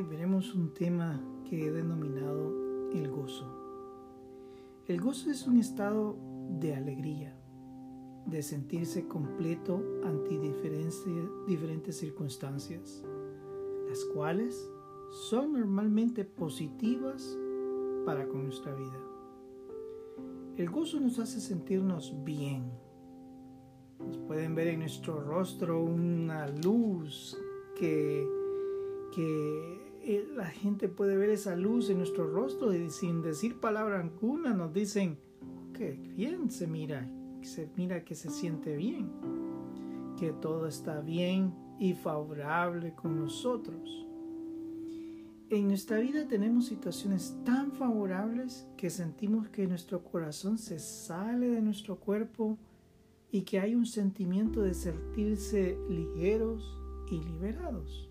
hoy veremos un tema que he denominado el gozo. El gozo es un estado de alegría, de sentirse completo ante diferentes circunstancias, las cuales son normalmente positivas para con nuestra vida. El gozo nos hace sentirnos bien. Nos pueden ver en nuestro rostro una luz que la gente puede ver esa luz en nuestro rostro y sin decir palabra alguna nos dicen que bien se mira que se siente bien, que todo está bien y favorable con nosotros. En nuestra vida tenemos situaciones tan favorables que sentimos que nuestro corazón se sale de nuestro cuerpo y que hay un sentimiento de sentirse ligeros y liberados.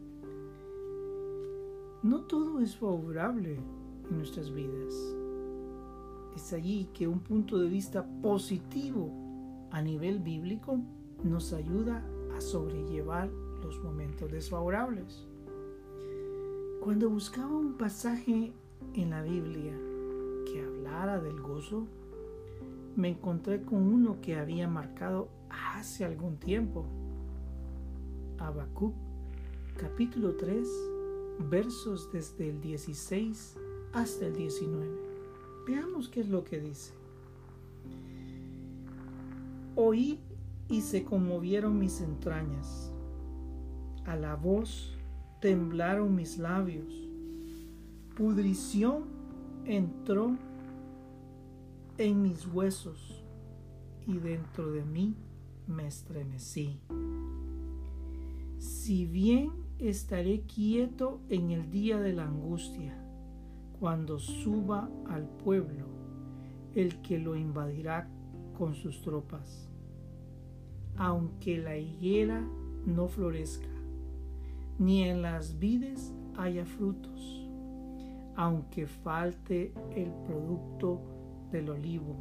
No todo es favorable en nuestras vidas. Es allí que un punto de vista positivo a nivel bíblico nos ayuda a sobrellevar los momentos desfavorables. Cuando buscaba un pasaje en la Biblia que hablara del gozo, me encontré con uno que había marcado hace algún tiempo. Habacuc, capítulo 3, versos desde el 16 hasta el 19. Veamos qué es lo que dice. Oí y se conmovieron mis entrañas. A la voz temblaron mis labios. Pudrición entró en mis huesos y dentro de mí me estremecí. Si bien estaré quieto en el día de la angustia, cuando suba al pueblo el que lo invadirá con sus tropas. Aunque la higuera no florezca, ni en las vides haya frutos, aunque falte el producto del olivo,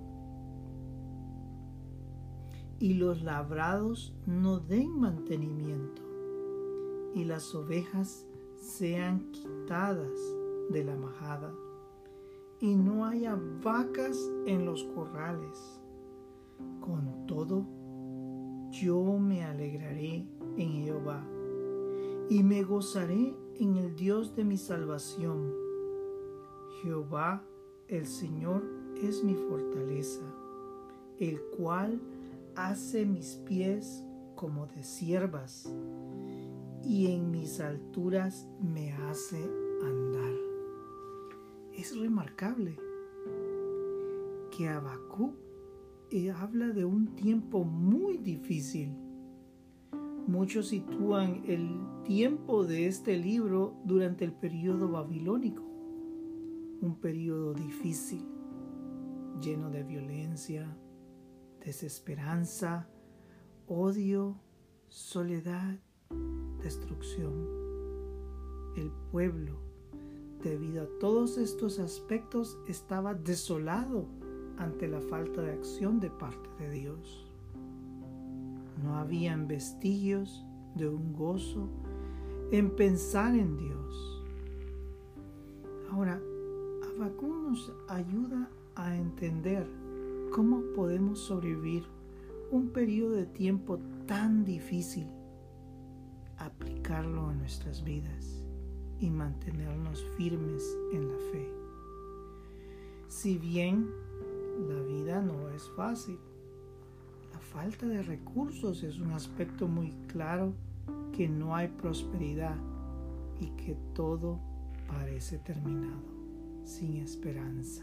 y los labrados no den mantenimiento, y las ovejas sean quitadas de la majada, y no haya vacas en los corrales. Con todo, yo me alegraré en Jehová, y me gozaré en el Dios de mi salvación. Jehová, el Señor, es mi fortaleza, el cual hace mis pies como de ciervas, y en mis alturas me hace andar. Es remarcable que Habacuc habla de un tiempo muy difícil. Muchos sitúan el tiempo de este libro durante el periodo babilónico, un periodo difícil, lleno de violencia, desesperanza, odio, soledad, destrucción. El pueblo, debido a todos estos aspectos, estaba desolado ante la falta de acción de parte de Dios. No habían vestigios de un gozo en pensar en Dios. Ahora, Habacuc nos ayuda a entender cómo podemos sobrevivir un periodo de tiempo tan difícil, aplicarlo a nuestras vidas y mantenernos firmes en la fe. Si bien la vida no es fácil, la falta de recursos es un aspecto muy claro, que no hay prosperidad y que todo parece terminado, sin esperanza.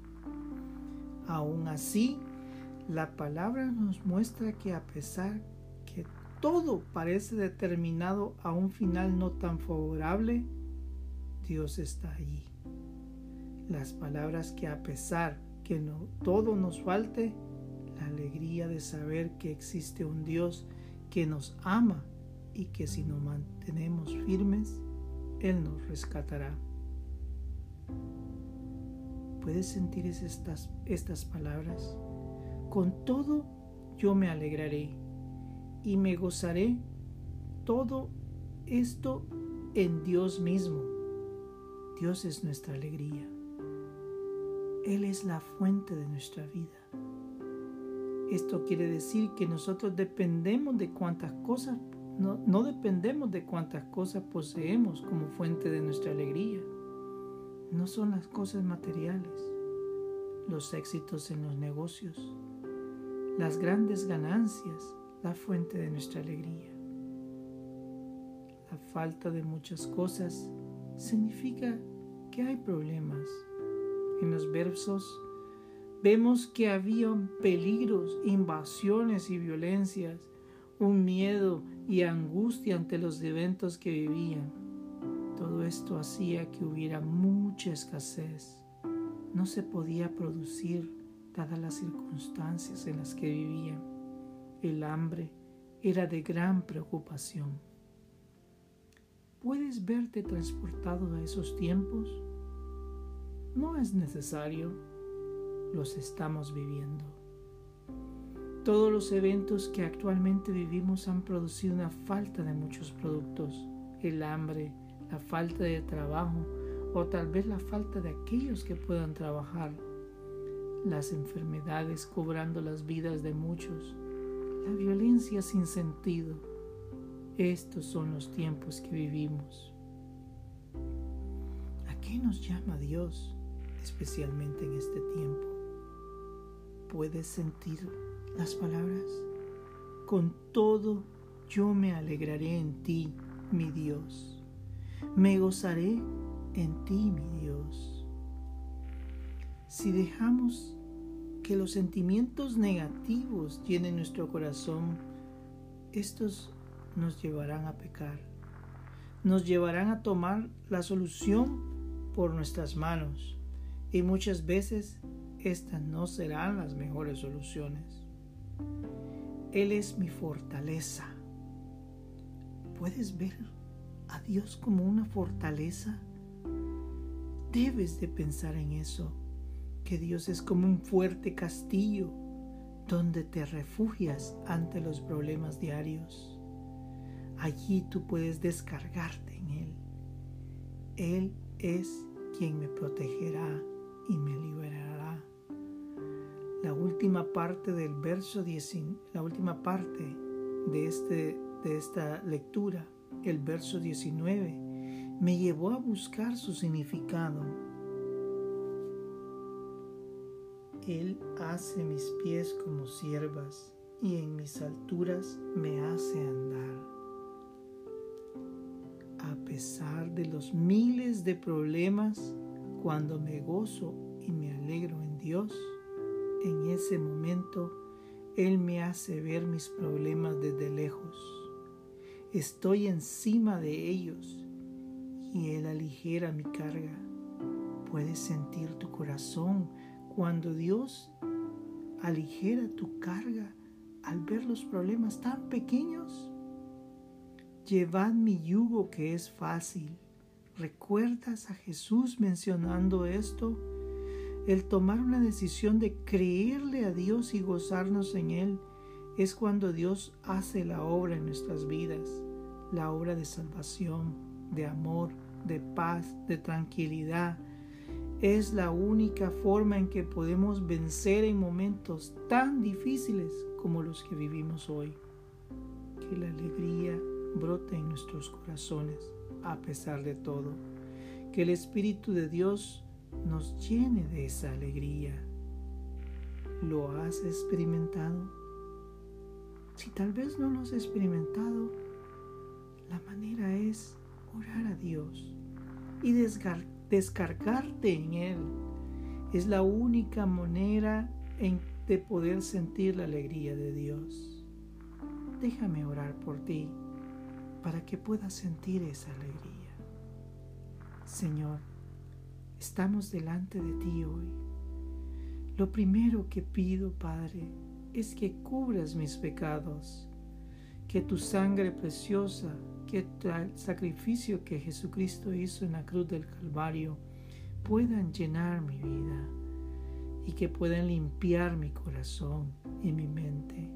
Aún así, la palabra nos muestra que a pesar que todo parece determinado a un final no tan favorable, Dios está allí. Las palabras que a pesar que no todo nos falte, la alegría de saber que existe un Dios que nos ama y que si nos mantenemos firmes, Él nos rescatará. ¿Puedes sentir estas palabras? Con todo yo me alegraré y me gozaré, todo esto en Dios mismo. Dios es nuestra alegría. Él es la fuente de nuestra vida. Esto quiere decir que nosotros dependemos de cuántas cosas, no dependemos de cuántas cosas poseemos como fuente de nuestra alegría. No son las cosas materiales, los éxitos en los negocios, las grandes ganancias, la fuente de nuestra alegría. La falta de muchas cosas significa que hay problemas. En los versos vemos que había peligros, invasiones y violencias, un miedo y angustia ante los eventos que vivían. Todo esto hacía que hubiera mucha escasez. No se podía producir dadas las circunstancias en las que vivían. El hambre era de gran preocupación. ¿Puedes verte transportado a esos tiempos? No es necesario, los estamos viviendo. Todos los eventos que actualmente vivimos han producido una falta de muchos productos. El hambre, la falta de trabajo o tal vez la falta de aquellos que puedan trabajar. Las enfermedades cobrando las vidas de muchos. La violencia sin sentido. Estos son los tiempos que vivimos. ¿A qué nos llama Dios, especialmente en este tiempo? ¿Puedes sentir las palabras? Con todo yo me alegraré en ti, mi Dios. Me gozaré en ti, mi Dios. Si dejamos que los sentimientos negativos llenen nuestro corazón, estos nos llevarán a pecar. Nos llevarán a tomar la solución por nuestras manos y muchas veces estas no serán las mejores soluciones. Él es mi fortaleza. ¿Puedes ver a Dios como una fortaleza? Debes de pensar en eso, que Dios es como un fuerte castillo donde te refugias ante los problemas diarios. Allí tú puedes descargarte en Él. Él es quien me protegerá y me liberará. La última parte del verso 10, la última parte de esta lectura, el verso 19, me llevó a buscar su significado. Él hace mis pies como ciervas y en mis alturas me hace andar. A pesar de los miles de problemas, cuando me gozo y me alegro en Dios, en ese momento Él me hace ver mis problemas desde lejos. Estoy encima de ellos y Él aligera mi carga. Puedes sentir tu corazón cuando Dios aligera tu carga al ver los problemas tan pequeños. Llevad mi yugo que es fácil. ¿Recuerdas a Jesús mencionando esto? El tomar una decisión de creerle a Dios y gozarnos en Él es cuando Dios hace la obra en nuestras vidas, la obra de salvación, de amor, de paz, de tranquilidad. Es la única forma en que podemos vencer en momentos tan difíciles como los que vivimos hoy. Que la alegría brote en nuestros corazones a pesar de todo. Que el Espíritu de Dios nos llene de esa alegría. ¿Lo has experimentado? Si tal vez no lo has experimentado, la manera es orar a Dios y descargarte en Él. Es la única manera de poder sentir la alegría de Dios. Déjame orar por ti para que puedas sentir esa alegría. Señor, estamos delante de ti hoy. Lo primero que pido, Padre, es que cubras mis pecados, que tu sangre preciosa, que el sacrificio que Jesucristo hizo en la cruz del Calvario puedan llenar mi vida y que puedan limpiar mi corazón y mi mente.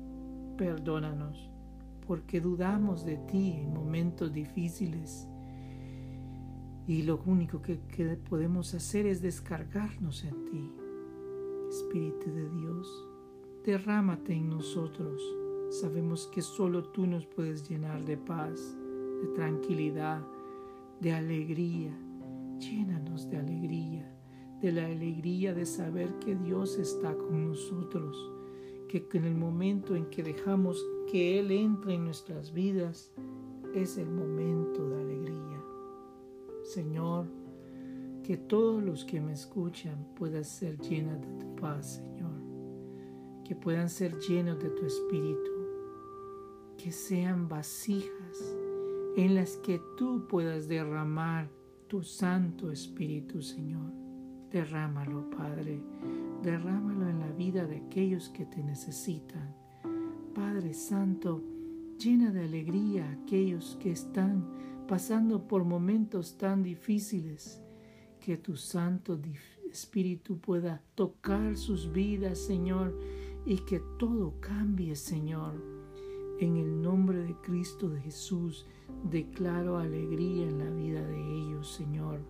Perdónanos porque dudamos de ti en momentos difíciles Y lo único que podemos hacer es descargarnos en ti. Espíritu de Dios, derrámate en nosotros. Sabemos que solo tú nos puedes llenar de paz, de tranquilidad, de alegría. Llénanos de alegría, de la alegría de saber que Dios está con nosotros, que en el momento en que dejamos que Él entre en nuestras vidas, es el momento de alegría. Señor, que todos los que me escuchan puedan ser llenos de tu paz, Señor. Que puedan ser llenos de tu Espíritu. Que sean vasijas en las que tú puedas derramar tu Santo Espíritu, Señor. Derrámalo, Padre. Derrámalo en la vida de aquellos que te necesitan. Padre Santo, llena de alegría a aquellos que están pasando por momentos tan difíciles, que tu Santo Espíritu pueda tocar sus vidas, Señor, y que todo cambie, Señor. En el nombre de Cristo de Jesús, declaro alegría en la vida de ellos, Señor.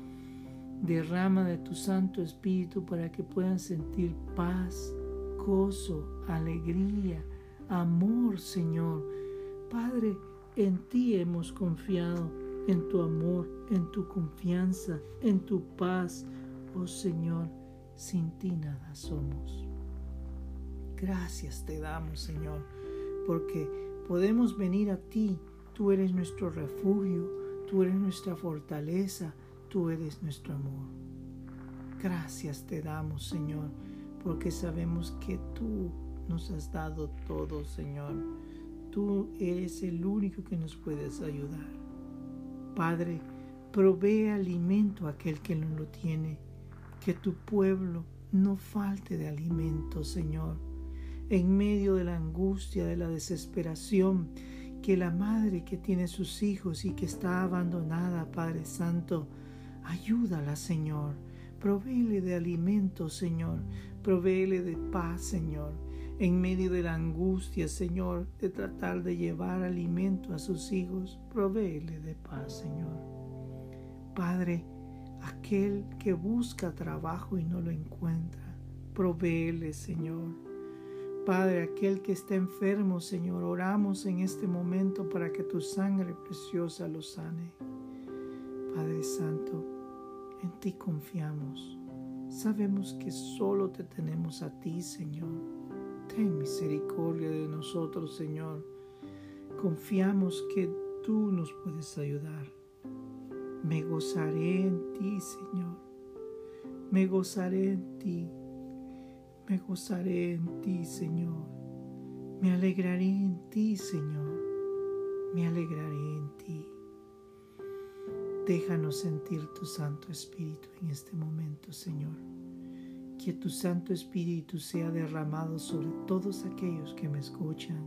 Derrama de tu Santo Espíritu para que puedan sentir paz, gozo, alegría, amor, Señor. Padre, en ti hemos confiado, en tu amor, en tu confianza, en tu paz. Oh Señor, sin ti nada somos. Gracias te damos, Señor, porque podemos venir a ti. Tú eres nuestro refugio, tú eres nuestra fortaleza, tú eres nuestro amor. Gracias te damos, Señor, porque sabemos que tú nos has dado todo, Señor. Tú eres el único que nos puedes ayudar. Padre, provee alimento a aquel que no lo tiene. Que tu pueblo no falte de alimento, Señor. En medio de la angustia, de la desesperación, que la madre que tiene sus hijos y que está abandonada, Padre Santo, ayúdala, Señor. Provéele de alimento, Señor. Provéele de paz, Señor. En medio de la angustia, Señor, de tratar de llevar alimento a sus hijos, provéele de paz, Señor. Padre, aquel que busca trabajo y no lo encuentra, provéele, Señor. Padre, aquel que está enfermo, Señor, oramos en este momento para que tu sangre preciosa lo sane. Padre Santo, en ti confiamos. Sabemos que solo te tenemos a ti, Señor. Ten misericordia de nosotros, Señor. Confiamos que tú nos puedes ayudar. Me gozaré en ti, Señor. Me gozaré en ti. Me gozaré en ti, Señor. Me alegraré en ti, Señor. Me alegraré en ti. Déjanos sentir tu Santo Espíritu en este momento, Señor. Que tu Santo Espíritu sea derramado sobre todos aquellos que me escuchan.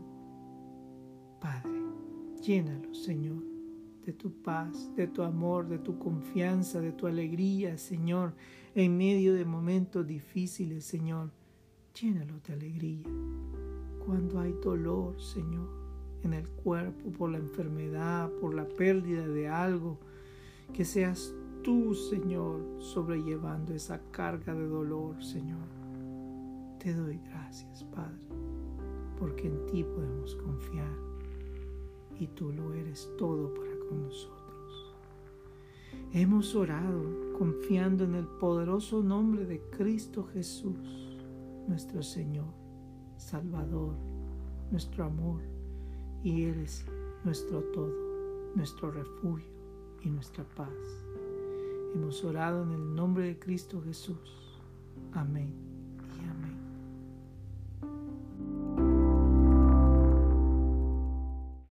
Padre, llénalos, Señor, de tu paz, de tu amor, de tu confianza, de tu alegría, Señor, en medio de momentos difíciles, Señor. Llénalos de alegría. Cuando hay dolor, Señor, en el cuerpo, por la enfermedad, por la pérdida de algo, que seas tú, Señor, sobrellevando esa carga de dolor, Señor. Te doy gracias, Padre, porque en ti podemos confiar y tú lo eres todo para con nosotros. Hemos orado confiando en el poderoso nombre de Cristo Jesús, nuestro Señor, Salvador, nuestro amor, y eres nuestro todo, nuestro refugio y nuestra paz. Hemos orado en el nombre de Cristo Jesús. Amén y amén.